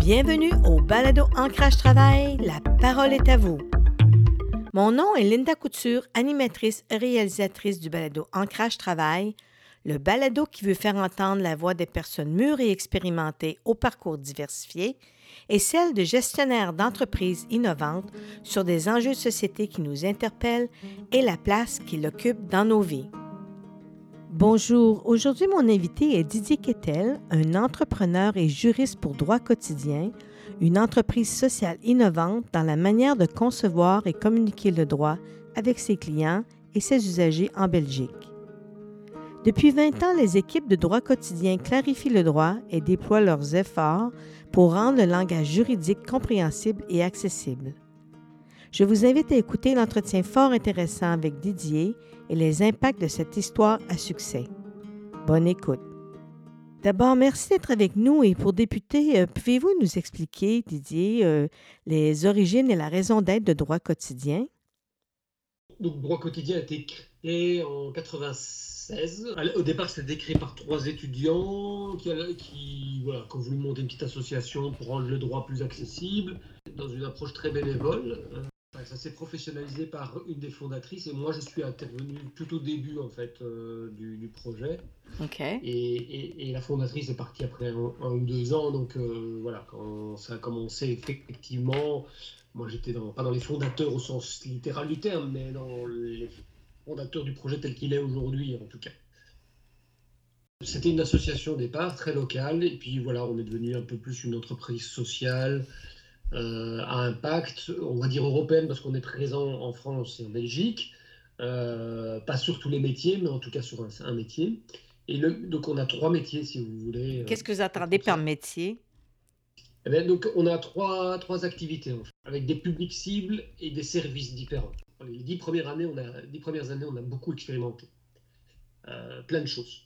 Bienvenue au Balado Ancrage Travail, la parole est à vous. Mon nom est Linda Couture, animatrice et réalisatrice du Balado Ancrage Travail, le balado qui veut faire entendre la voix des personnes mûres et expérimentées au parcours diversifié et celle de gestionnaires d'entreprises innovantes sur des enjeux de société qui nous interpellent et la place qu'ils occupent dans nos vies. Bonjour, aujourd'hui mon invité est Didier Quettel, un entrepreneur et juriste pour Droit Quotidien, une entreprise sociale innovante dans la manière de concevoir et communiquer le droit avec ses clients et ses usagers en Belgique. Depuis 20 ans, les équipes de Droit Quotidien clarifient le droit et déploient leurs efforts pour rendre le langage juridique compréhensible et accessible. Je vous invite à écouter l'entretien fort intéressant avec Didier et les impacts de cette histoire à succès. Bonne écoute. D'abord, merci d'être avec nous et pour débuter, pouvez-vous nous expliquer, Didier, les origines et la raison d'être de Droit Quotidien? Donc, Droit Quotidien a été créé en 96. Au départ, c'était créé par 3 étudiants qui ont voulu monter une petite association pour rendre le droit plus accessible, dans une approche très bénévole. Ça s'est professionnalisé par une des fondatrices et moi, je suis intervenu tout au début en fait du projet. OK. Et la fondatrice est partie après 1 ou 2 ans. Donc voilà, quand ça a commencé, effectivement, moi j'étais pas dans les fondateurs au sens littéral du terme, mais dans les fondateurs du projet tel qu'il est aujourd'hui en tout cas. C'était une association au départ, très locale, et puis voilà, on est devenu un peu plus une entreprise sociale à impact, on va dire européenne, parce qu'on est présent en France et en Belgique, pas sur tous les métiers, mais en tout cas sur un métier. Donc on a 3 métiers, si vous voulez. Qu'est-ce que vous attendez par métier? Eh bien, donc on a trois activités, en fait, avec des publics cibles et des services différents. Les 10 premières années, on a beaucoup expérimenté, plein de choses.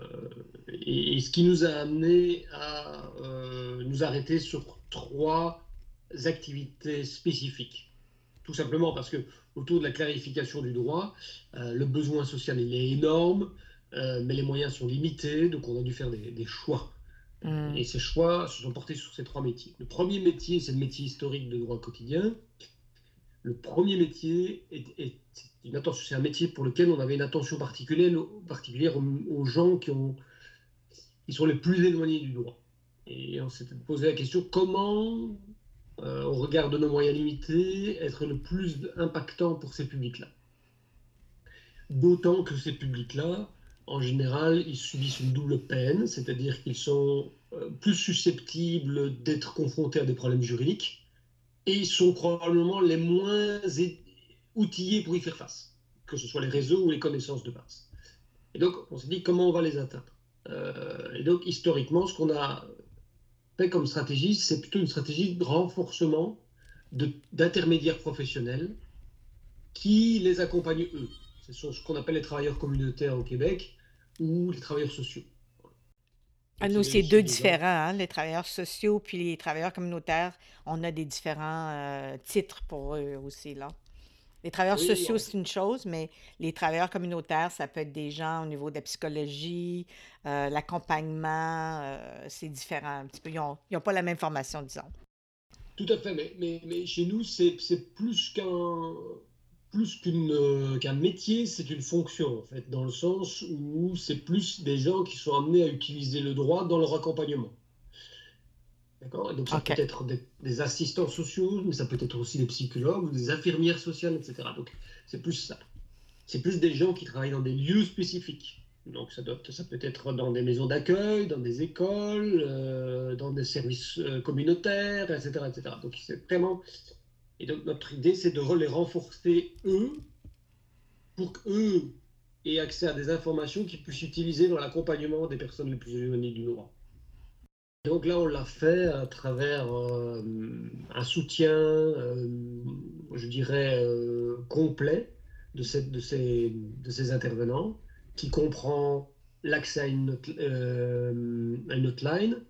Et ce qui nous a amené à nous arrêter sur 3 activités spécifiques. Tout simplement parce que autour de la clarification du droit, le besoin social il est énorme, mais les moyens sont limités, donc on a dû faire des choix. Et ces choix se sont portés sur ces 3 métiers. Le premier métier, c'est le métier historique de droit quotidien. Le premier métier c'est un métier pour lequel on avait une attention particulière aux gens qui sont les plus éloignés du droit. Et on s'est posé la question comment, au regard de nos moyens limités, être le plus impactant pour ces publics-là. D'autant que ces publics-là, en général, ils subissent une double peine, c'est-à-dire qu'ils sont plus susceptibles d'être confrontés à des problèmes juridiques et ils sont probablement les moins outillés pour y faire face, que ce soit les réseaux ou les connaissances de base. Et donc, on s'est dit comment on va les atteindre. Et donc, historiquement, ce qu'on a fait comme stratégie, c'est plutôt une stratégie de renforcement d'intermédiaires professionnels qui les accompagnent eux. Ce sont ce qu'on appelle les travailleurs communautaires au Québec ou les travailleurs sociaux. Ah, Donc, nous, c'est c'est des, deux c'est des gens. différents, hein, les travailleurs sociaux puis les travailleurs communautaires. On a des différents titres pour eux aussi, là. Les travailleurs Oui, sociaux, c'est une chose, mais les travailleurs communautaires, ça peut être des gens au niveau de la psychologie, l'accompagnement, c'est différent un petit peu. Ils ont pas la même formation, disons. tout à fait. Mais chez nous, c'est plus qu'un métier, c'est une fonction, en fait, dans le sens où c'est plus des gens qui sont amenés à utiliser le droit dans leur accompagnement. D'accord? Et donc, ça peut OK. être des assistants sociaux, mais ça peut être aussi des psychologues ou des infirmières sociales, etc. Donc, c'est plus ça. C'est plus des gens qui travaillent dans des lieux spécifiques. Donc, ça peut être dans des maisons d'accueil, dans des écoles, dans des services communautaires, etc., etc. Donc, c'est vraiment. Et donc, notre idée, c'est de les renforcer, eux, pour qu'eux aient accès à des informations qu'ils puissent utiliser dans l'accompagnement des personnes les plus éloignées du droit. Donc là, on l'a fait à travers un soutien, je dirais, complet de ces intervenants, qui comprend l'accès à une hotline,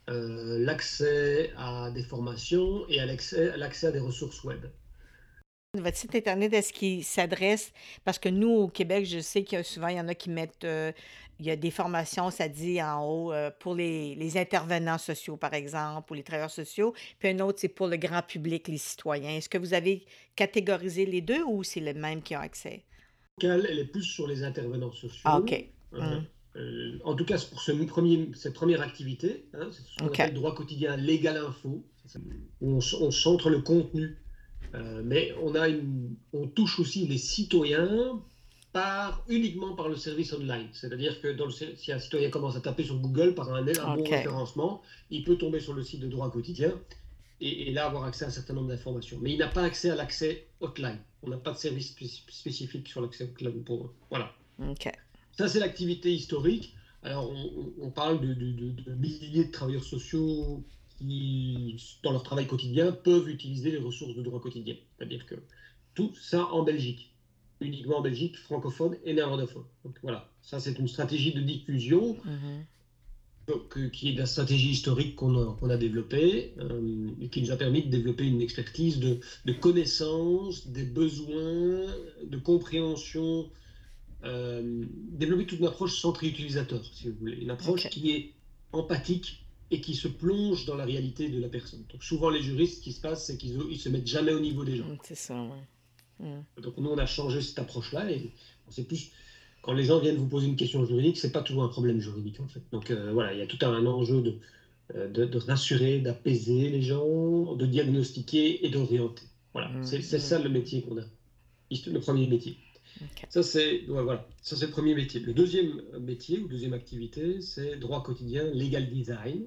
l'accès à des formations et l'accès à des ressources web. Votre site Internet, est-ce qu'il s'adresse, parce que nous, au Québec, je sais qu'il y a souvent, il y en a qui mettent, il y a des formations, ça dit en haut, pour les intervenants sociaux, par exemple, ou les travailleurs sociaux, puis un autre, c'est pour le grand public, les citoyens. Est-ce que vous avez catégorisé les deux ou c'est le même qui a accès? Elle est plus sur les intervenants Ah, sociaux. OK. Hmm. En tout cas, c'est pour cette première activité, hein, c'est ce qu'on OK. appelle droit quotidien légal info, où on centre le contenu. Mais on touche aussi les citoyens uniquement par le service online. C'est-à-dire que si un citoyen commence à taper sur Google par un bon OK. référencement, il peut tomber sur le site de droit quotidien et là avoir accès à un certain nombre d'informations. Mais il n'a pas accès à l'accès hotline. On n'a pas de service spécifique sur l'accès hotline pour eux. Voilà. OK. Ça, c'est l'activité historique. Alors, on parle de milliers de travailleurs sociaux qui, dans leur travail quotidien, peuvent utiliser les ressources de droit quotidien. C'est-à-dire que tout ça en Belgique, uniquement en Belgique, francophone et néerlandophone. Donc voilà, ça c'est une stratégie de diffusion Mhm. qui est de la stratégie historique qu'on a développée et qui nous a permis de développer une expertise de connaissance, des besoins, de compréhension, développer toute une approche centrée utilisateur, si vous voulez, une approche OK. qui est empathique et qui se plonge dans la réalité de la personne. Donc souvent les juristes, ce qui se passe, c'est qu'ils ne se mettent jamais au niveau des gens. C'est ça, ouais. Donc nous, on a changé cette approche-là et on sait plus. Quand les gens viennent vous poser une question juridique, c'est pas toujours un problème juridique en fait. Donc voilà, il y a tout un enjeu de rassurer, d'apaiser les gens, de diagnostiquer et d'orienter. Voilà, c'est ça le métier qu'on a, le premier métier. OK. Ça c'est voilà, ça c'est le premier métier. Le deuxième métier ou deuxième activité, c'est droit quotidien, legal design.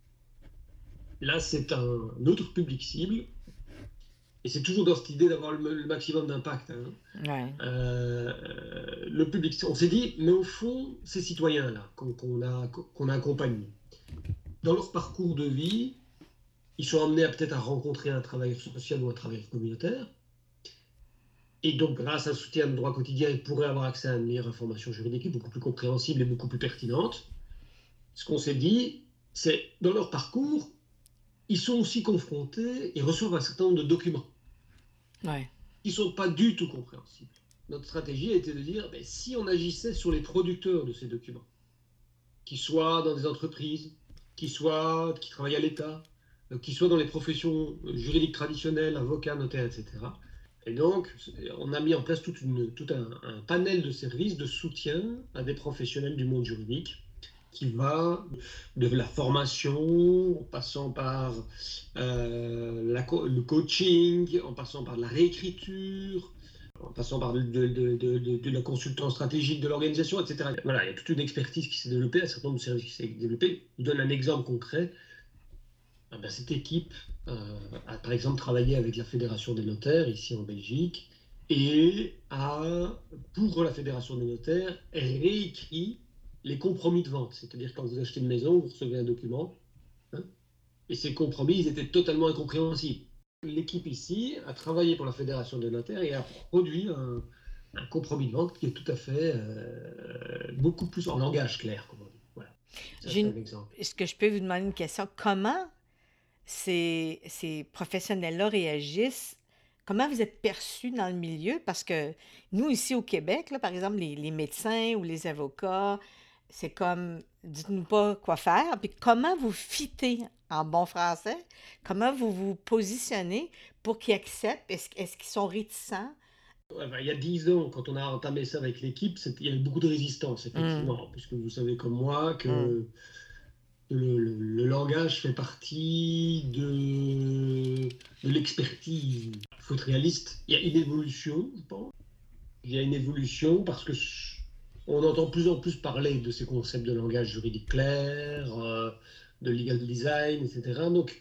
Là, c'est un autre public cible. Et c'est toujours dans cette idée d'avoir le maximum d'impact. Hein. Ouais. Le public, on s'est dit, mais au fond, ces citoyens-là qu'on a accompagnés, dans leur parcours de vie, ils sont amenés peut-être à rencontrer un travailleur social ou un travailleur communautaire. Et donc, grâce à un soutien de droit quotidien, ils pourraient avoir accès à une meilleure information juridique beaucoup plus compréhensible et beaucoup plus pertinente. Ce qu'on s'est dit, c'est dans leur parcours, ils sont aussi confrontés et reçoivent un certain nombre de documents. Ouais. Qui ne sont pas du tout compréhensibles. Notre stratégie a été de dire, ben, si on agissait sur les producteurs de ces documents, qui soient dans des entreprises, qui travaillent à l'État, qui soient dans les professions juridiques traditionnelles, avocats, notaires, etc. Et donc, on a mis en place tout un panel de services de soutien à des professionnels du monde juridique qui va de la formation, en passant par le coaching, en passant par la réécriture, en passant par de la consultance stratégique de l'organisation, etc. Voilà, il y a toute une expertise qui s'est développée, un certain nombre de services qui s'est développé. Je vous donne un exemple concret. Cette équipe a par exemple travaillé avec la Fédération des notaires ici en Belgique et a, pour la Fédération des notaires, réécrit les compromis de vente. C'est-à-dire quand vous achetez une maison, vous recevez un document, hein, et ces compromis, ils étaient totalement incompréhensibles. L'équipe ici a travaillé pour la Fédération des notaires et a produit un compromis de vente qui est tout à fait beaucoup plus en langage clair, comme on dit. Voilà. Ça, c'est un exemple. Est-ce que je peux vous demander une question? Comment ces professionnels-là réagissent? Comment vous êtes perçus dans le milieu? Parce que nous, ici au Québec, là, par exemple, les médecins ou les avocats, c'est comme, dites-nous pas quoi faire. Puis comment vous fitez en bon français? Comment vous vous positionnez pour qu'ils acceptent? Est-ce qu'ils sont réticents? Il y a 10 ans, quand on a entamé ça avec l'équipe, il y avait beaucoup de résistance, effectivement, puisque vous savez comme moi que le langage fait partie de l'expertise. Il faut être réaliste. Il y a une évolution, je pense. Il y a une évolution parce que on entend de plus en plus parler de ces concepts de langage juridique clair, de legal design, etc. Donc,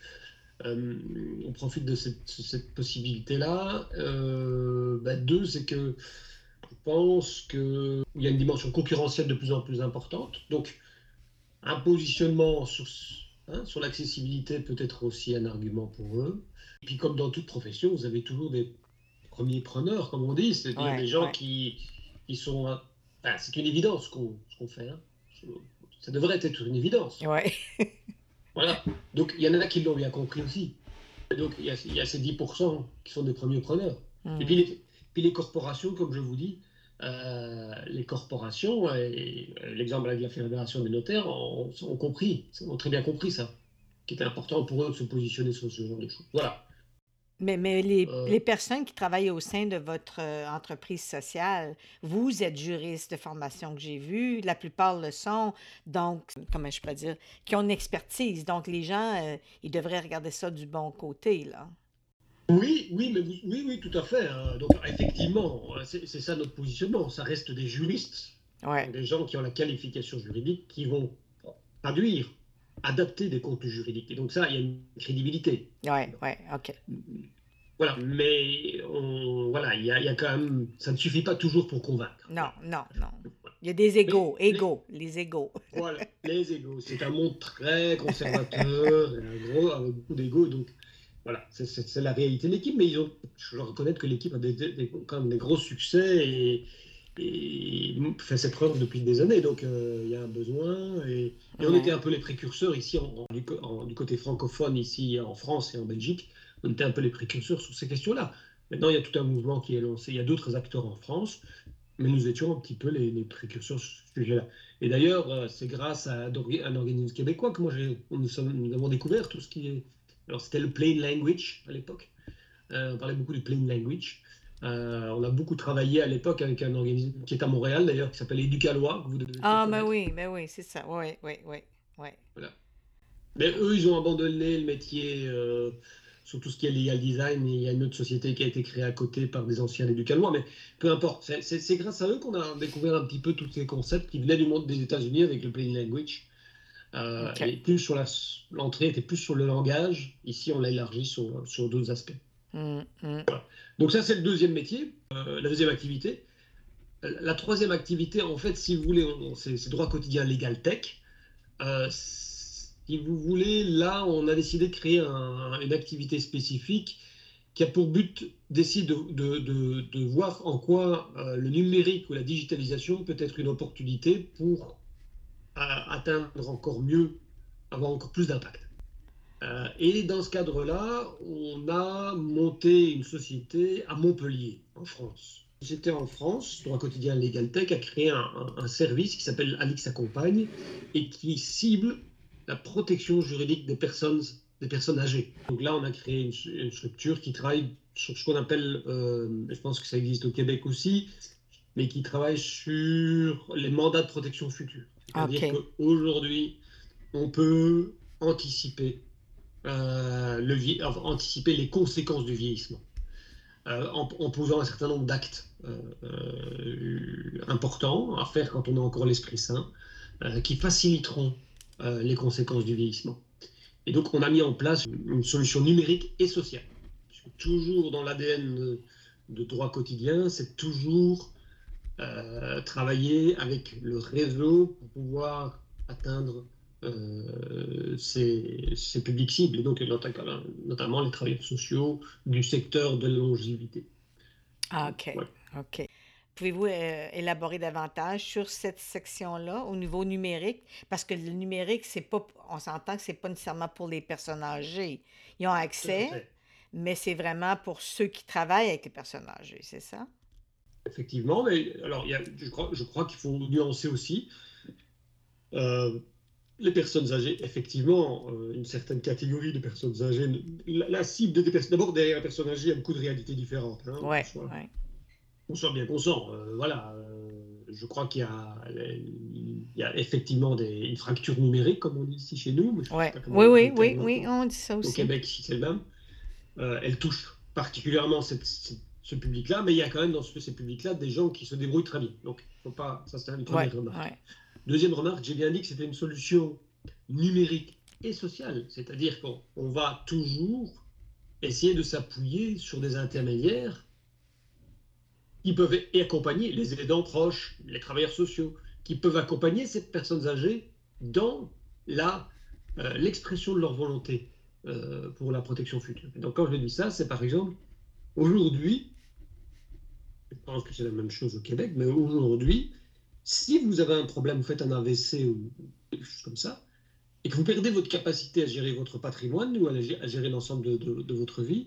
on profite de cette possibilité-là. Deux, c'est que je pense qu'il y a une dimension concurrentielle de plus en plus importante. Donc, un positionnement sur l'accessibilité peut être aussi un argument pour eux. Et puis, comme dans toute profession, vous avez toujours des premiers preneurs, comme on dit, c'est-à-dire des gens qui sont... c'est une évidence ce qu'on fait. Hein. Ça devrait être une évidence. Ouais. Voilà. Donc, il y en a qui l'ont bien compris aussi. Et donc, il y a ces 10% qui sont des premiers preneurs. Et puis les corporations, comme je vous dis, les corporations, et l'exemple avec la Fédération des notaires, ont très bien compris ça, qui était important pour eux de se positionner sur ce genre de choses. Voilà. Mais les, Euh, les personnes qui travaillent au sein de votre entreprise sociale, vous êtes juriste de formation que j'ai vu, la plupart le sont, donc, comment je peux dire, qui ont une expertise. Donc, les gens, ils devraient regarder ça du bon côté, là. oui, oui, oui, oui, tout à fait, hein. Donc, effectivement, c'est ça notre positionnement. Ça reste des juristes, Ouais, donc des gens qui ont la qualification juridique, qui vont traduire, adapter des contenus juridiques. Et donc ça, il y a une crédibilité. ouais, ouais, OK. Voilà, mais voilà, il y a quand même, ça ne suffit pas toujours pour convaincre. Non, Voilà. non, non. Il y a des égaux, Mais les égaux. voilà, les égos, c'est un monde très conservateur, et un gros, avec beaucoup d'égos, donc voilà, c'est la réalité de l'équipe, mais je dois reconnaître que l'équipe a quand même des gros succès et fait ses preuves depuis des années, donc il y a un besoin, et on était Ouais. un peu les précurseurs ici, du côté francophone, ici en France et en Belgique, on était un peu les précurseurs sur ces questions-là. Maintenant, il y a tout un mouvement qui est lancé, il y a d'autres acteurs en France, mais nous étions un petit peu les précurseurs sur ce sujet-là. Et d'ailleurs, c'est grâce à un organisme québécois que nous avons découvert tout ce qui est. Alors, c'était le plain language à l'époque. On parlait beaucoup du plain language. On a beaucoup travaillé à l'époque avec un organisme qui est à Montréal d'ailleurs, qui s'appelle Éducalois, que vous devez peut-être Ah, connaître. ben oui, c'est ça. Oui, oui, oui, oui. Voilà. Mais eux, ils ont abandonné le métier sur tout ce qui est legal design. Et il y a une autre société qui a été créée à côté par des anciens éducalois. Mais peu importe, c'est grâce à eux qu'on a découvert un petit peu tous ces concepts qui venaient du monde des États-Unis avec le plain language. OK. Et plus sur l'entrée était plus sur le langage. Ici, on l'a élargi sur d'autres aspects. Mm, mm. Donc ça, c'est le deuxième métier, la deuxième activité. La troisième activité, en fait, si vous voulez, c'est droit quotidien legal tech. Si vous voulez, là, on a décidé de créer une activité spécifique qui a pour but d'essayer de voir en quoi le numérique ou la digitalisation peut être une opportunité pour atteindre encore mieux, avoir encore plus d'impact. Et dans ce cadre-là, on a monté une société à Montpellier, en France. La société en France, Droit quotidien Legal Tech, a créé un service qui s'appelle Alix Accompagne et qui cible la protection juridique des personnes âgées. Donc là, on a créé une structure qui travaille sur ce qu'on appelle, je pense que ça existe au Québec aussi, mais qui travaille sur les mandats de protection future. C'est-à-dire OK. qu'aujourd'hui, on peut anticiper anticiper les conséquences du vieillissement en posant un certain nombre d'actes importants à faire quand on a encore l'esprit sain, qui faciliteront les conséquences du vieillissement. Et donc, on a mis en place une solution numérique et sociale. Toujours dans l'ADN de droit quotidien, c'est toujours travailler avec le réseau pour pouvoir atteindre ces publics cibles, et donc notamment les travailleurs sociaux du secteur de la longévité. Ah, OK. Voilà. OK. Pouvez-vous élaborer davantage sur cette section-là au niveau numérique? Parce que le numérique, c'est pas, on s'entend que c'est pas nécessairement pour les personnes âgées. Ils ont Tout à accès, fait. mais c'est vraiment pour ceux qui travaillent avec les personnes âgées, c'est ça? Effectivement, mais alors je crois qu'il faut nuancer aussi. Euh, les personnes âgées, effectivement, une certaine catégorie de personnes âgées, la cible des personnes, d'abord derrière la personne âgée, il y a beaucoup de réalités différentes, hein, Ouais, ouais. qu'on soit bien conscient. Voilà, je crois il y a effectivement une fracture numérique, comme on dit ici chez nous, mais je ne sais Ouais. pas comment Oui, on dit oui, le oui, terme oui, on dit ça au aussi. Québec, si c'est le même. Elle touche particulièrement ce public-là, mais il y a quand même dans ces publics-là des gens qui se débrouillent très bien. Donc, faut pas, ça c'est une Ouais, première remarque. ouais. Deuxième remarque, j'ai bien dit que c'était une solution numérique et sociale, c'est-à-dire qu'on va toujours essayer de s'appuyer sur des intermédiaires qui peuvent accompagner les aidants proches, les travailleurs sociaux, qui peuvent accompagner ces personnes âgées dans l'expression de leur volonté pour la protection future. Et donc quand je dis ça, c'est par exemple, aujourd'hui, je pense que c'est la même chose au Québec, mais aujourd'hui, si vous avez un problème, vous faites un AVC ou quelque chose comme ça, et que vous perdez votre capacité à gérer votre patrimoine ou à gérer l'ensemble de votre vie,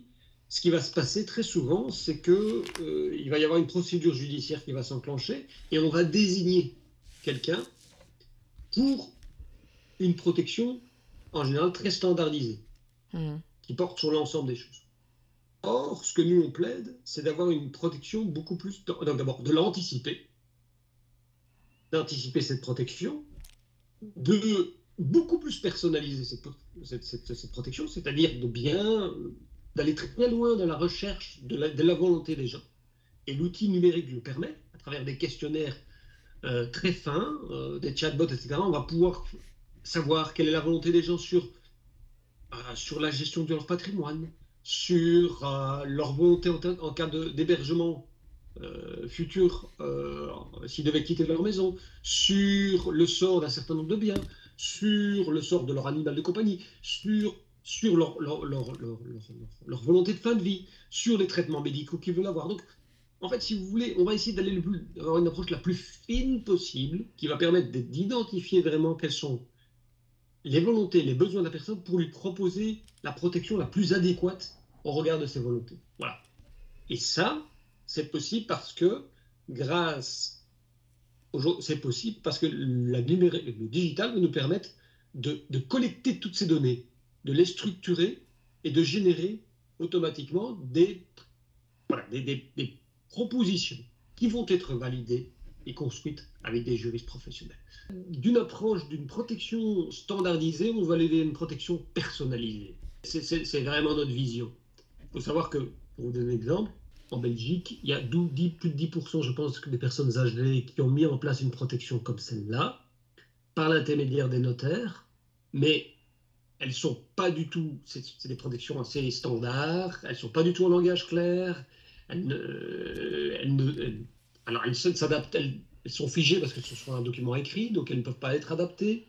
ce qui va se passer très souvent, c'est que il va y avoir une procédure judiciaire qui va s'enclencher et on va désigner quelqu'un pour une protection en général très standardisée, qui porte sur l'ensemble des choses. Or, ce que nous on plaide, c'est d'avoir une protection beaucoup plus, donc d'abord de l'anticiper, d'anticiper cette protection, de beaucoup plus personnaliser cette protection, c'est-à-dire de bien d'aller très loin dans la recherche de la volonté des gens. Et l'outil numérique le permet, à travers des questionnaires très fins, des chatbots, etc. On va pouvoir savoir quelle est la volonté des gens sur la gestion de leur patrimoine, sur leur volonté en cas d'hébergement futur, s'ils devaient quitter leur maison, sur le sort d'un certain nombre de biens, sur le sort de leur animal de compagnie, sur leur volonté de fin de vie, sur les traitements médicaux qu'ils veulent avoir. Donc, en fait, si vous voulez, on va essayer d'avoir une approche la plus fine possible, qui va permettre d'identifier vraiment quelles sont les volontés, les besoins de la personne pour lui proposer la protection la plus adéquate au regard de ses volontés. Voilà. Et ça, c'est possible parce que c'est possible parce que le digital va nous permettre de collecter toutes ces données, de les structurer et de générer automatiquement des propositions qui vont être validées et construites avec des juristes professionnels. D'une approche, d'une protection standardisée, on va aller vers une protection personnalisée. C'est vraiment notre vision. Il faut savoir que, pour vous donner un exemple, en Belgique, il y a plus de 10%, je pense, des personnes âgées qui ont mis en place une protection comme celle-là, par l'intermédiaire des notaires, mais elles sont pas du tout, c'est des protections assez standards, elles sont pas du tout en langage clair, elles s'adaptent, elles sont figées parce que ce sont un document écrit, donc elles ne peuvent pas être adaptées,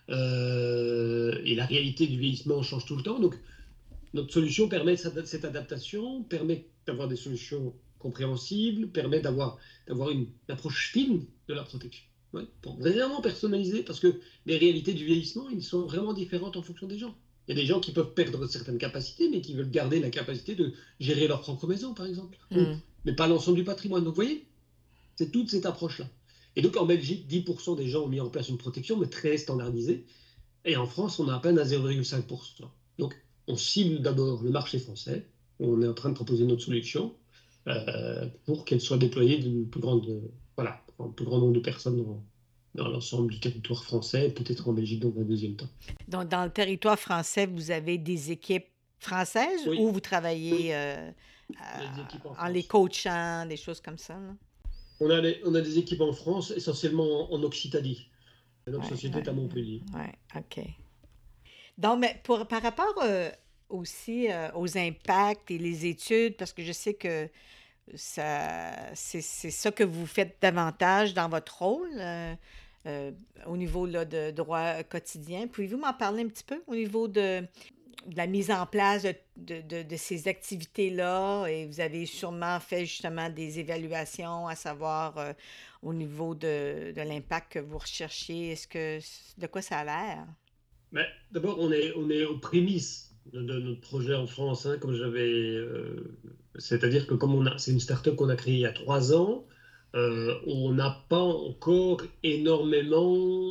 et la réalité du vieillissement change tout le temps, donc notre solution permet cette adaptation, permet d'avoir des solutions compréhensibles, permet d'avoir une approche fine de la protection. Ouais, pour vraiment personnaliser, parce que les réalités du vieillissement, ils sont vraiment différentes en fonction des gens. Il y a des gens qui peuvent perdre certaines capacités, mais qui veulent garder la capacité de gérer leur propre maison, par exemple, mais pas l'ensemble du patrimoine. Donc, vous voyez, c'est toute cette approche-là. Et donc, en Belgique, 10% des gens ont mis en place une protection, mais très standardisée. Et en France, on a à peine à 0,5%. Donc, on cible d'abord le marché français. On est en train de proposer notre solution pour qu'elle soit déployée d'un plus grand nombre de personnes dans l'ensemble du territoire français, peut-être en Belgique dans un deuxième temps. Donc, dans le territoire français, vous avez des équipes françaises Oui. ou vous travaillez des équipes en en les France. coachant, des choses comme ça? Là? On a des équipes en France, essentiellement en Occitanie. Notre société est à Ouais, Montpellier. OK. Donc, mais par rapport aussi aux impacts et les études, parce que je sais que c'est ça que vous faites davantage dans votre rôle au niveau là, de droit quotidien. Pouvez-vous m'en parler un petit peu au niveau de la mise en place de ces activités-là? Et vous avez sûrement fait justement des évaluations à savoir au niveau de l'impact que vous recherchiez. De quoi ça a l'air? Mais d'abord, on est aux prémices de notre projet en France, hein, c'est-à-dire que c'est une start-up qu'on a créée il y a 3 ans, on n'a pas encore énormément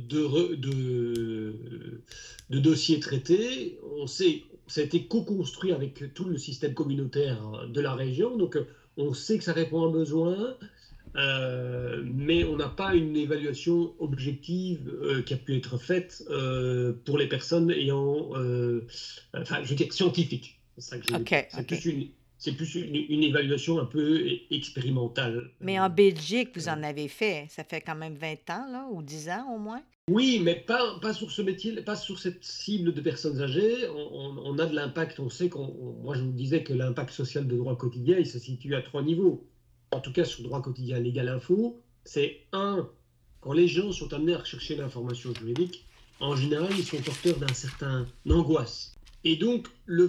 de dossiers traités. Ça a été co-construit avec tout le système communautaire de la région, donc on sait que ça répond à un besoin. Mais on n'a pas une évaluation objective qui a pu être faite pour les personnes enfin, je veux dire, scientifique. C'est ça que je veux dire. C'est plus une évaluation un peu expérimentale. Mais en Belgique, vous en avez fait. Ça fait quand même 20 ans, là, ou 10 ans au moins. Oui, mais pas sur ce métier, pas sur cette cible de personnes âgées. On a de l'impact. On sait moi, je vous disais que l'impact social de droit quotidien, il se situe à 3 niveaux. En tout cas, sur le droit quotidien légal info, c'est quand les gens sont amenés à rechercher l'information juridique, en général, ils sont porteurs d'un certain angoisse. Et donc,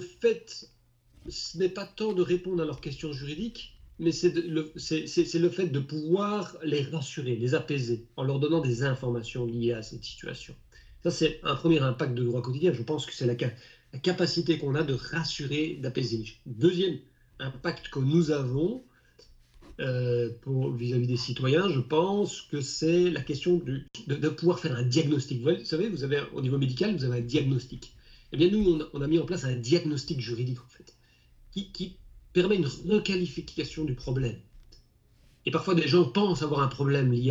ce n'est pas tant de répondre à leurs questions juridiques, mais c'est le fait de pouvoir les rassurer, les apaiser, en leur donnant des informations liées à cette situation. Ça, c'est un premier impact de droit quotidien. Je pense que c'est la la capacité qu'on a de rassurer, d'apaiser les gens. Deuxième impact que nous avons vis-à-vis des citoyens, je pense que c'est la question de pouvoir faire un diagnostic. Vous savez, vous avez, au niveau médical, vous avez un diagnostic. Eh bien, nous, on a mis en place un diagnostic juridique, en fait, qui permet une requalification du problème. Et parfois, des gens pensent avoir un problème lié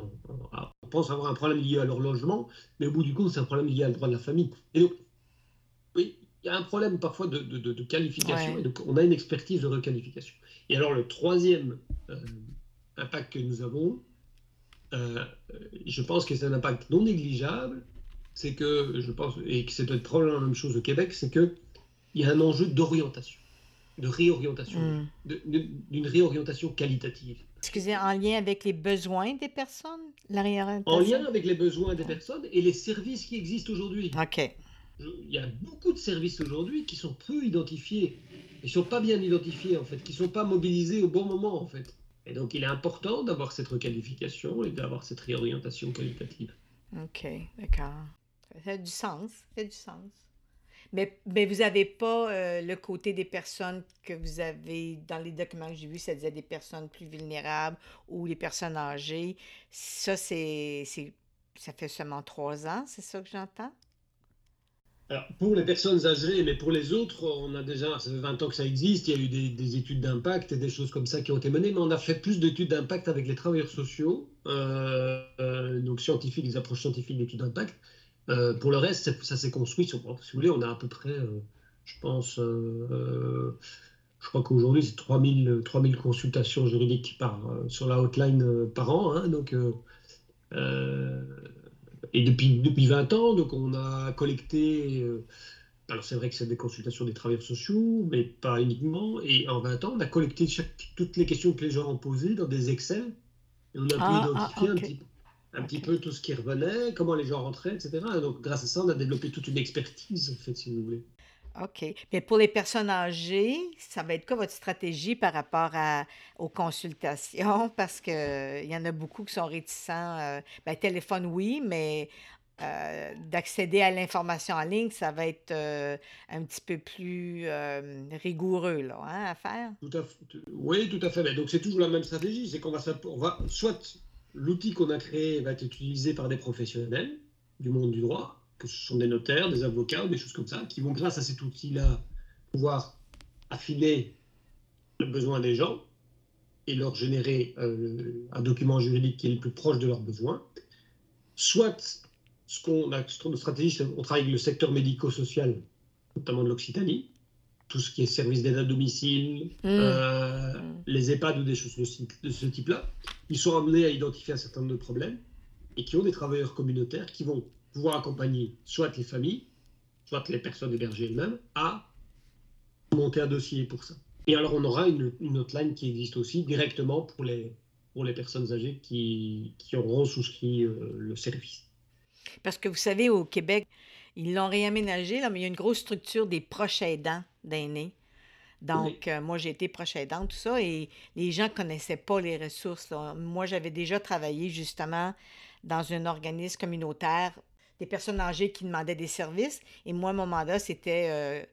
à leur logement, mais au bout du compte, c'est un problème lié à le droit de la famille. Et donc, oui, il y a un problème parfois de qualification, et Ouais. donc on a une expertise de requalification. Et alors, le troisième impact que nous avons, euh, je pense que c'est un impact non négligeable, c'est que, je pense, et que c'est peut-être probablement la même chose au Québec, c'est qu'il y a un enjeu d'orientation, de réorientation des gens, Hmm. d'une réorientation qualitative. Excusez, en lien avec les besoins des personnes, la En lien réorientation? avec les besoins des personnes et les services qui existent aujourd'hui. OK. Il y a beaucoup de services aujourd'hui qui sont peu identifiés, qui ne sont pas bien identifiés en fait, qui ne sont pas mobilisés au bon moment en fait. Et donc il est important d'avoir cette requalification et d'avoir cette réorientation qualitative. OK, d'accord. Ça fait du sens, ça fait du sens. Mais vous n'avez pas le côté des personnes que vous avez dans les documents que j'ai vus, ça disait des personnes plus vulnérables ou les personnes âgées. Ça, ça fait seulement 3 ans, c'est ça que j'entends? Alors, pour les personnes âgées, mais pour les autres, on a déjà, ça fait 20 ans que ça existe, il y a eu des études d'impact et des choses comme ça qui ont été menées, mais on a fait plus d'études d'impact avec les travailleurs sociaux, donc scientifiques, des approches scientifiques d'études d'impact. Pour le reste, ça s'est construit sur, si vous voulez, on a à peu près, je pense, je crois qu'aujourd'hui, c'est 3000 consultations juridiques sur la hotline par an, hein, donc, euh, et depuis 20 ans, donc on a collecté. Alors c'est vrai que c'est des consultations des travailleurs sociaux, mais pas uniquement. Et en 20 ans, on a collecté toutes les questions que les gens ont posées dans des Excel. Et on a pu identifier OK. un petit OK. peu tout ce qui revenait, comment les gens rentraient, etc. Et donc grâce à ça, on a développé toute une expertise, en fait, si vous voulez. OK. Mais pour les personnes âgées, ça va être quoi votre stratégie par rapport aux consultations? Parce que il y en a beaucoup qui sont réticents. Ben, téléphone, oui, mais d'accéder à l'information en ligne, ça va être un petit peu plus rigoureux, là, hein, à faire. Oui, tout à fait. Mais donc c'est toujours la même stratégie, c'est on va soit l'outil qu'on a créé va être utilisé par des professionnels du monde du droit, que ce sont des notaires, des avocats, des choses comme ça, qui vont grâce à cet outil-là pouvoir affiner le besoin des gens et leur générer un document juridique qui est le plus proche de leurs besoins. Soit notre stratégie, c'est on travaille avec le secteur médico-social, notamment de l'Occitanie, tout ce qui est service d'aide à domicile, Hum, hum. les EHPAD ou des choses de ce type-là, ils sont amenés à identifier un certain nombre de problèmes et qui ont des travailleurs communautaires qui vont pouvoir accompagner soit les familles, soit les personnes hébergées elles-mêmes à monter un dossier pour ça. Et alors on aura une hotline qui existe aussi directement pour les personnes âgées qui auront souscrit le service. Parce que vous savez, au Québec, ils l'ont réaménagé, là, mais il y a une grosse structure des proches aidants d'aînés. Oui, Donc, moi, j'ai été proche aidante, tout ça, et les gens connaissaient pas les ressources, là. Moi, j'avais déjà travaillé justement dans un organisme communautaire, des personnes âgées qui demandaient des services, et moi, mon mandat, c'était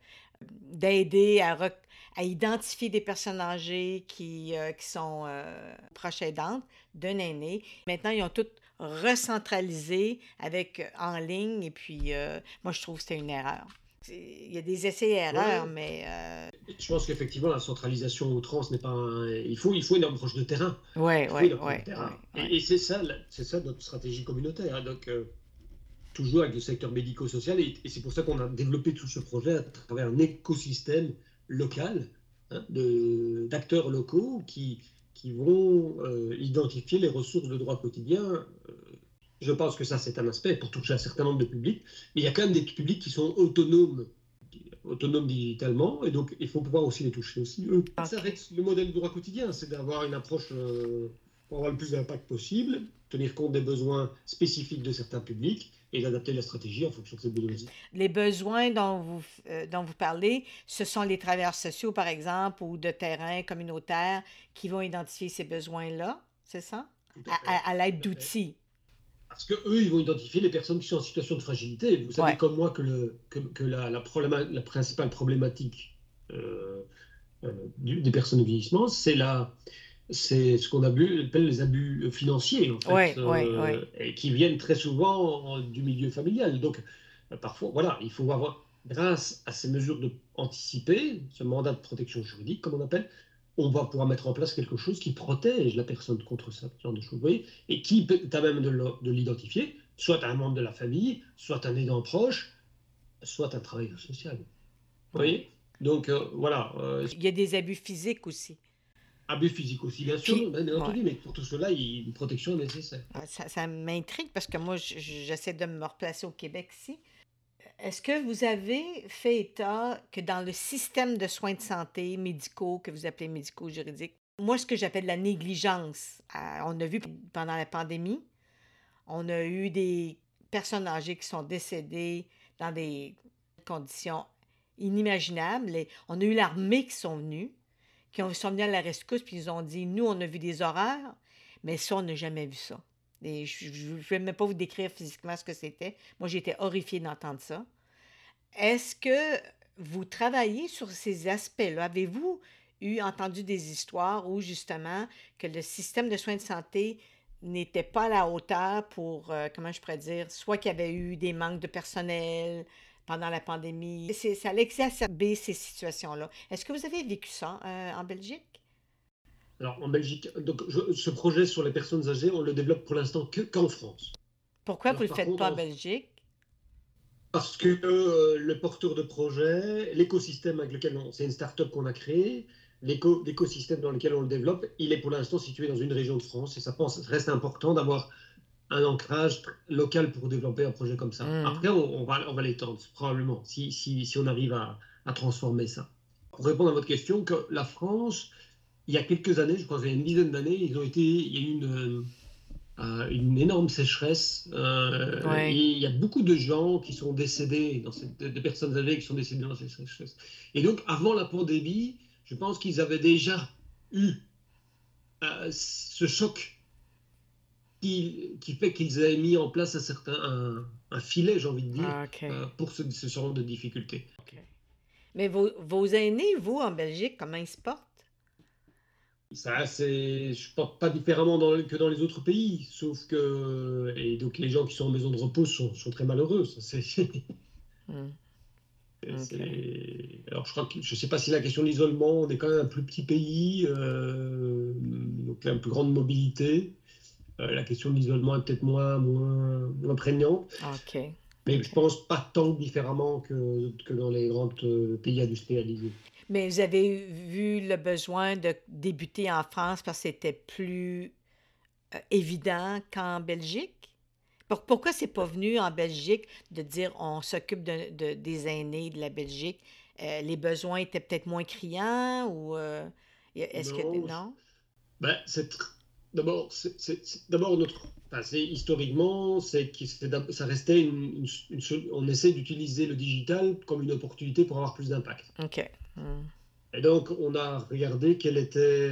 d'aider à identifier des personnes âgées qui sont proches aidantes d'un aîné. Maintenant, ils ont tout recentralisé avec en ligne, et puis moi, je trouve que c'était une erreur. Il y a des essais et erreurs, ouais. mais Je pense qu'effectivement, la centralisation à outrance n'est pas il faut une approche de terrain. ouais, Il faut une ouais, approche de ouais, ouais, terrain. ouais. Et c'est ça notre stratégie communautaire, hein. Donc, toujours avec le secteur médico-social. Et c'est pour ça qu'on a développé tout ce projet à travers un écosystème local, hein, d'acteurs locaux qui vont identifier les ressources de droit quotidien. Je pense que ça, c'est un aspect pour toucher un certain nombre de publics. Mais il y a quand même des publics qui sont autonomes digitalement, et donc il faut pouvoir aussi les toucher aussi, eux. Ça OK. reste le modèle du droit quotidien, c'est d'avoir une approche pour avoir le plus d'impact possible, tenir compte des besoins spécifiques de certains publics et d'adapter la stratégie en fonction de ces besoins. Les besoins dont vous parlez, ce sont les travailleurs sociaux, par exemple, ou de terrain communautaire qui vont identifier ces besoins-là, c'est ça? Tout à fait, À l'aide tout à fait. d'outils. Parce que eux, ils vont identifier les personnes qui sont en situation de fragilité. Vous savez Ouais, comme moi que la principale problématique des personnes au vieillissement, c'est ce qu'on appelle les abus financiers, en fait, ouais, ouais, ouais. et qui viennent très souvent du milieu familial. Donc, parfois, voilà, il faut avoir, grâce à ces mesures anticipées, ce mandat de protection juridique, comme on appelle, on va pouvoir mettre en place quelque chose qui protège la personne contre ça, ce genre de choses. Vous voyez, et qui peut à même de l'identifier, soit un membre de la famille, soit un aidant proche, soit un travailleur social. Vous Ouais. voyez? Donc, voilà, Il y a des abus physiques aussi. abus physiques aussi, bien Puis, sûr, bien ouais. entendu, mais pour tout cela, une protection est nécessaire. Ça m'intrigue parce que moi, j'essaie de me replacer au Québec ici. Est-ce que vous avez fait état que dans le système de soins de santé médicaux, que vous appelez médico-juridiques, moi, ce que j'appelle la négligence, on a vu pendant la pandémie, on a eu des personnes âgées qui sont décédées dans des conditions inimaginables. On a eu l'armée qui sont venus, sont venus à la rescousse, puis ils ont dit, nous, on a vu des horreurs, mais ça, on n'a jamais vu ça. Et je ne vais même pas vous décrire physiquement ce que c'était. Moi, j'étais horrifiée d'entendre ça. Est-ce que vous travaillez sur ces aspects-là? Avez-vous entendu des histoires où justement que le système de soins de santé n'était pas à la hauteur pour, comment je pourrais dire, soit qu'il y avait eu des manques de personnel pendant la pandémie. Ça a exacerbé ces situations-là. Est-ce que vous avez vécu ça en Belgique? Alors, en Belgique, donc, ce projet sur les personnes âgées, on le développe pour l'instant qu'en France. Pourquoi vous Alors, ne le par faites contre, pas en Belgique? parce que le porteur de projet, l'écosystème avec lequel c'est une start-up qu'on a créé, l'écosystème dans lequel on le développe, il est pour l'instant situé dans une région de France et ça reste important d'avoir un ancrage local pour développer un projet comme ça. Hmm. Après, on va l'étendre, probablement, si on arrive à transformer ça. Pour répondre à votre question, que la France, il y a quelques années, je crois qu'il y a une dizaine d'années, il y a eu une énorme sécheresse et Oui. il y a beaucoup de gens qui sont décédés, des personnes âgées qui sont décédées dans cette sécheresse. Et donc, avant la pandémie, je pense qu'ils avaient déjà eu ce choc qui fait qu'ils avaient mis en place un filet, j'ai envie de dire, Ah, OK. pour ce genre de difficultés. OK. Mais vos aînés, vous, en Belgique, comment ils se portent? Ça, je pense pas différemment que dans les autres pays, sauf que, et donc les gens qui sont en maison de repos sont très malheureux. Ça, Hmm. OK. alors je sais pas si la question de l'isolement, on est quand même un plus petit pays, donc une plus grande mobilité. La question de l'isolement est peut-être moins prégnante, OK. mais je OK. pense pas tant différemment que dans les grands pays industrialisés. Mais vous avez vu le besoin de débuter en France parce que c'était plus évident qu'en Belgique? Pourquoi c'est pas venu en Belgique de dire on s'occupe des aînés de la Belgique? Les besoins étaient peut-être moins criants ou est-ce que Non, non? ben, d'abord, d'abord enfin, historiquement, ça restait on essaie d'utiliser le digital comme une opportunité pour avoir plus d'impact. OK. Hmm. Et donc, on a regardé quels étaient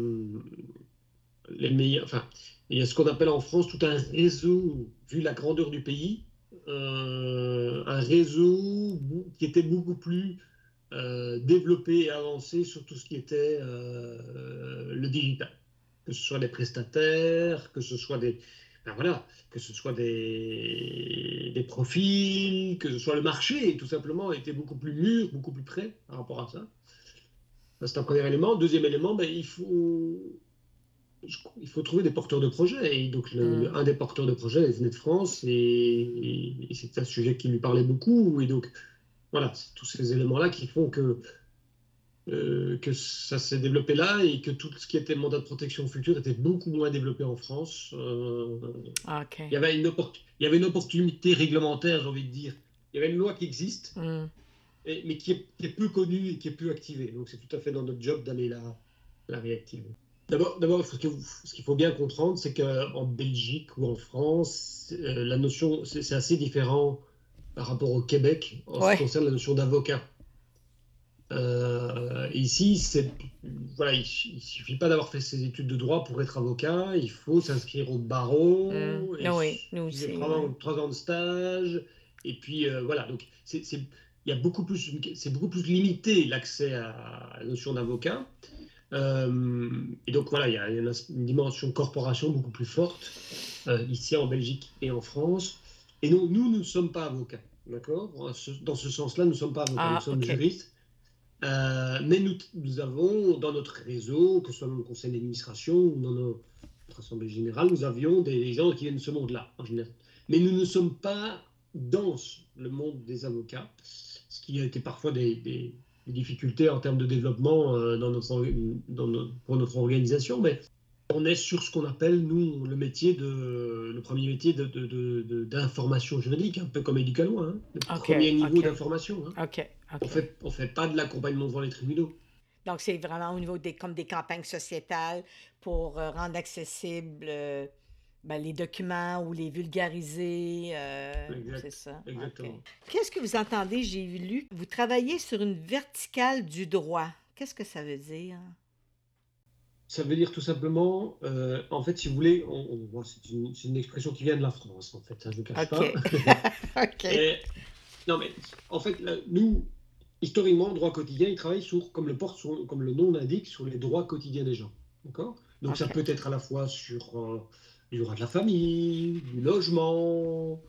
les meilleurs. Enfin, il y a ce qu'on appelle en France tout un réseau, vu la grandeur du pays, un réseau qui était beaucoup plus développé et avancé sur tout ce qui était le digital. Que ce soit des prestataires, que ce soit ben voilà, que ce soit des profils, que ce soit le marché, tout simplement, était beaucoup plus mûr, beaucoup plus prêt par rapport à ça. Ça, c'est un premier élément. Deuxième élément, ben, il faut trouver des porteurs de projets. Et donc, Hmm. un des porteurs de projets venait de France et c'est un sujet qui lui parlait beaucoup. Et donc, voilà, c'est tous ces éléments-là qui font que ça s'est développé là et que tout ce qui était mandat de protection future était beaucoup moins développé en France. OK. Il y avait une opportunité réglementaire, j'ai envie de dire. Il y avait une loi qui existe, Hmm. mais qui est peu connue et qui est peu activée. Donc, c'est tout à fait dans notre job d'aller la réactiver. D'abord, ce qu'il faut bien comprendre, c'est qu'en Belgique ou en France, la notion, c'est assez différent par rapport au Québec en ce qui Ouais. concerne la notion d'avocat. Ici, voilà, il suffit pas d'avoir fait ses études de droit pour être avocat. Il faut s'inscrire au barreau et Oui, nous suivre aussi, oui. 3 ans de stage. Et puis voilà, donc il y a c'est beaucoup plus limité l'accès à la notion d'avocat. Et donc voilà, il y a une dimension corporation beaucoup plus forte ici en Belgique et en France. Et non, nous ne sommes pas avocats, d'accord? Dans ce sens-là, nous ne sommes pas avocats, nous Ah, sommes OK. juristes. Mais nous avons dans notre réseau, que ce soit dans le conseil d'administration ou dans notre assemblée générale, nous avions des gens qui viennent de ce monde-là, en général. Mais nous ne sommes pas dans le monde des avocats, ce qui a été parfois des difficultés en termes de développement pour notre organisation. Mais on est sur ce qu'on appelle, nous, le premier métier d'information juridique, un peu comme Éducalois, hein, le OK, premier niveau OK, d'information. Hein. OK, OK. On fait pas de l'accompagnement devant les tribunaux. Donc, c'est vraiment au niveau comme des campagnes sociétales pour rendre accessibles les documents ou les vulgariser. C'est Exact, ça. OK. exactement. Qu'est-ce que vous entendez? J'ai lu que vous travaillez sur une verticale du droit. Qu'est-ce que ça veut dire? Ça veut dire tout simplement, en fait, si vous voulez, bon, c'est une expression qui vient de la France, en fait, ça, je ne cache pas. OK. OK. Et, non, mais en fait, là, nous, historiquement, droit quotidien, il travaille comme le nom l'indique, sur les droits quotidiens des gens. D'accord? Donc ça OK. peut être à la fois sur du droit de la famille, du logement,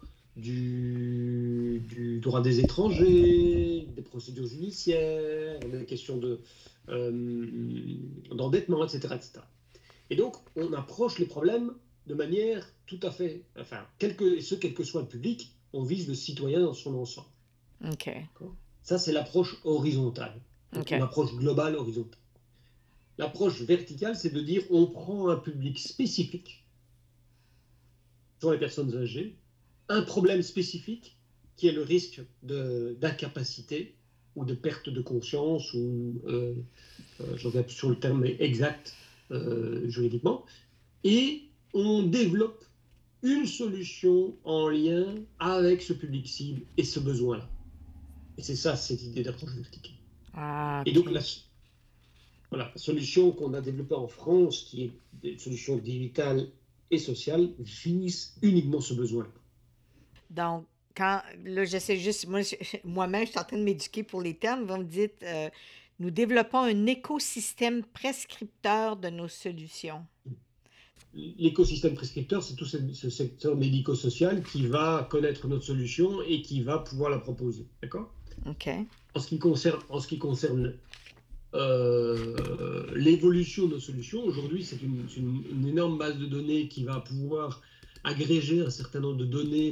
du droit des étrangers, des procédures judiciaires, des questions d'endettement, etc., etc. Et donc, on approche les problèmes de manière tout à fait, enfin, quel que soit le public, on vise le citoyen dans son ensemble. OK. D'accord? Ça, c'est l'approche horizontale. Donc, OK. une approche globale horizontale. L'approche verticale, c'est de dire on prend un public spécifique, sur les personnes âgées, un problème spécifique qui est le risque d'incapacité ou de perte de conscience, ou je reviens sur le terme exact juridiquement, et on développe une solution en lien avec ce public cible et ce besoin-là. Et c'est ça, cette idée d'approche verticale. Ah, Et donc, OK. la solution qu'on a développée en France, qui est une solution digitale et sociale, vise uniquement ce besoin-là. Donc, là, j'essaie juste, moi-même, je suis en train de m'éduquer pour les termes. Vous me dites, nous développons un écosystème prescripteur de nos solutions. L'écosystème prescripteur, c'est tout ce secteur médico-social qui va connaître notre solution et qui va pouvoir la proposer. D'accord? OK. En ce qui concerne l'évolution de nos solutions, aujourd'hui, c'est une énorme base de données qui va pouvoir agréger un certain nombre de données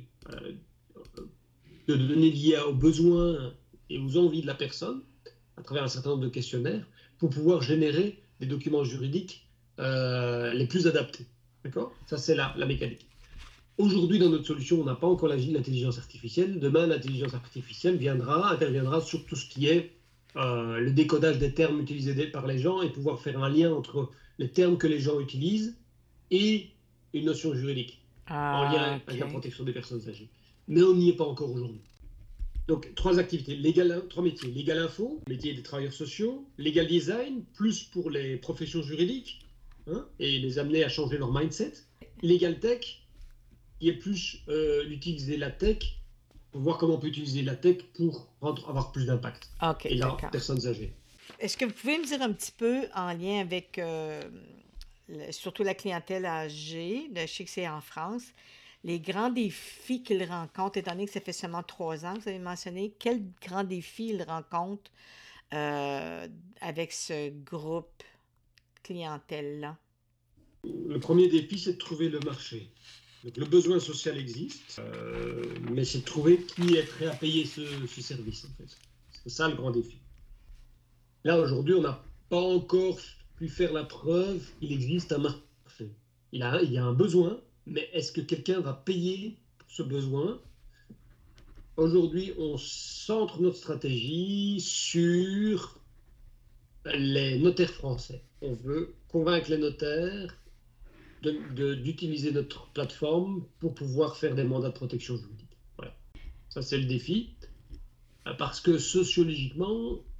de données liées aux besoins et aux envies de la personne à travers un certain nombre de questionnaires pour pouvoir générer des documents juridiques les plus adaptés. D'accord? Ça, c'est la mécanique. Aujourd'hui, dans notre solution, on n'a pas encore l'intelligence artificielle. Demain, l'intelligence artificielle interviendra sur tout ce qui est le décodage des termes utilisés par les gens et pouvoir faire un lien entre les termes que les gens utilisent et une notion juridique en lien Ah, avec la OK. protection des personnes âgées. Mais on n'y est pas encore aujourd'hui. Donc, 3 activités, 3 métiers. Legal Info, métier des travailleurs sociaux. Legal Design, plus pour les professions juridiques, hein, et les amener à changer leur mindset. Legal Tech, qui est plus d'utiliser la tech pour voir comment on peut utiliser la tech pour avoir plus d'impact. OK, Et là, d'accord. personnes âgées. Est-ce que vous pouvez me dire un petit peu en lien avec surtout la clientèle âgée, je sais que c'est en France, les grands défis qu'ils rencontrent, étant donné que ça fait seulement 3 ans que vous avez mentionné, quels grands défis ils rencontrent avec ce groupe clientèle-là? Le premier défi, c'est de trouver le marché. Donc, le besoin social existe, mais c'est de trouver qui est prêt à payer ce service, en fait. C'est ça le grand défi. Là, aujourd'hui, on n'a pas encore pu faire la preuve qu'il existe un marché. Il y a un besoin, mais est-ce que quelqu'un va payer pour ce besoin? Aujourd'hui, on centre notre stratégie sur les notaires français. On veut convaincre les notaires d'utiliser notre plateforme pour pouvoir faire des mandats de protection juridique. Voilà. Ça, c'est le défi. Parce que sociologiquement,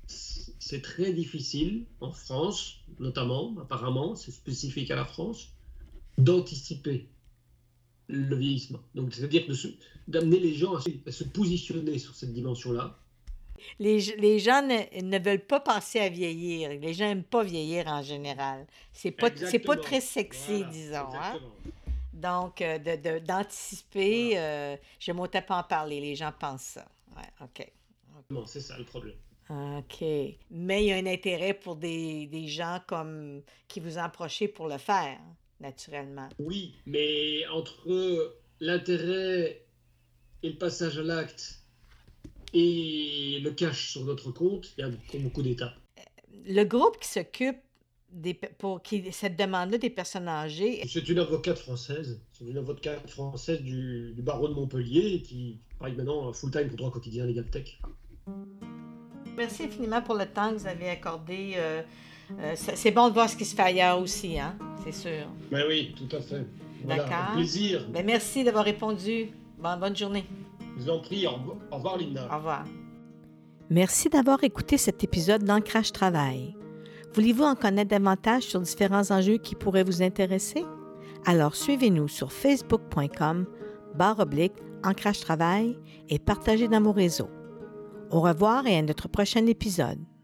c'est très difficile, en France notamment, apparemment, c'est spécifique à la France, d'anticiper le vieillissement. Donc, c'est-à-dire d'amener les gens à se positionner sur cette dimension-là. Les gens ne veulent pas penser à vieillir. Les gens n'aiment pas vieillir en général. C'est pas Exactement. très sexy, Voilà, disons. Hein? exactement. Donc, d'anticiper, Voilà. j'aime autant pas en parler. Les gens pensent ça. Ouais, OK. Bon, c'est ça le problème. OK. Mais il y a un intérêt pour des gens comme qui vous approchez pour le faire, naturellement. Oui, mais entre l'intérêt et le passage à l'acte et le cash sur notre compte, il y a beaucoup d'étapes. Le groupe qui s'occupe cette demande-là des personnes âgées, C'est une avocate française. C'est une avocate française du barreau de Montpellier qui travaille maintenant full-time pour droit quotidien Legal Tech. merci infiniment pour le temps que vous avez accordé. C'est bon de voir ce qui se fait ailleurs aussi, hein? C'est sûr. Ben oui, tout à fait. Voilà, D'accord. avec plaisir. Ben, merci d'avoir répondu. Bonne journée. Je vous en prie. Au revoir, Linda. Au revoir. Merci d'avoir écouté cet épisode d'Ancrage Travail. Voulez-vous en connaître davantage sur différents enjeux qui pourraient vous intéresser? Alors suivez-nous sur facebook.com/Ancrage Travail et partagez dans vos réseaux. Au revoir et à notre prochain épisode.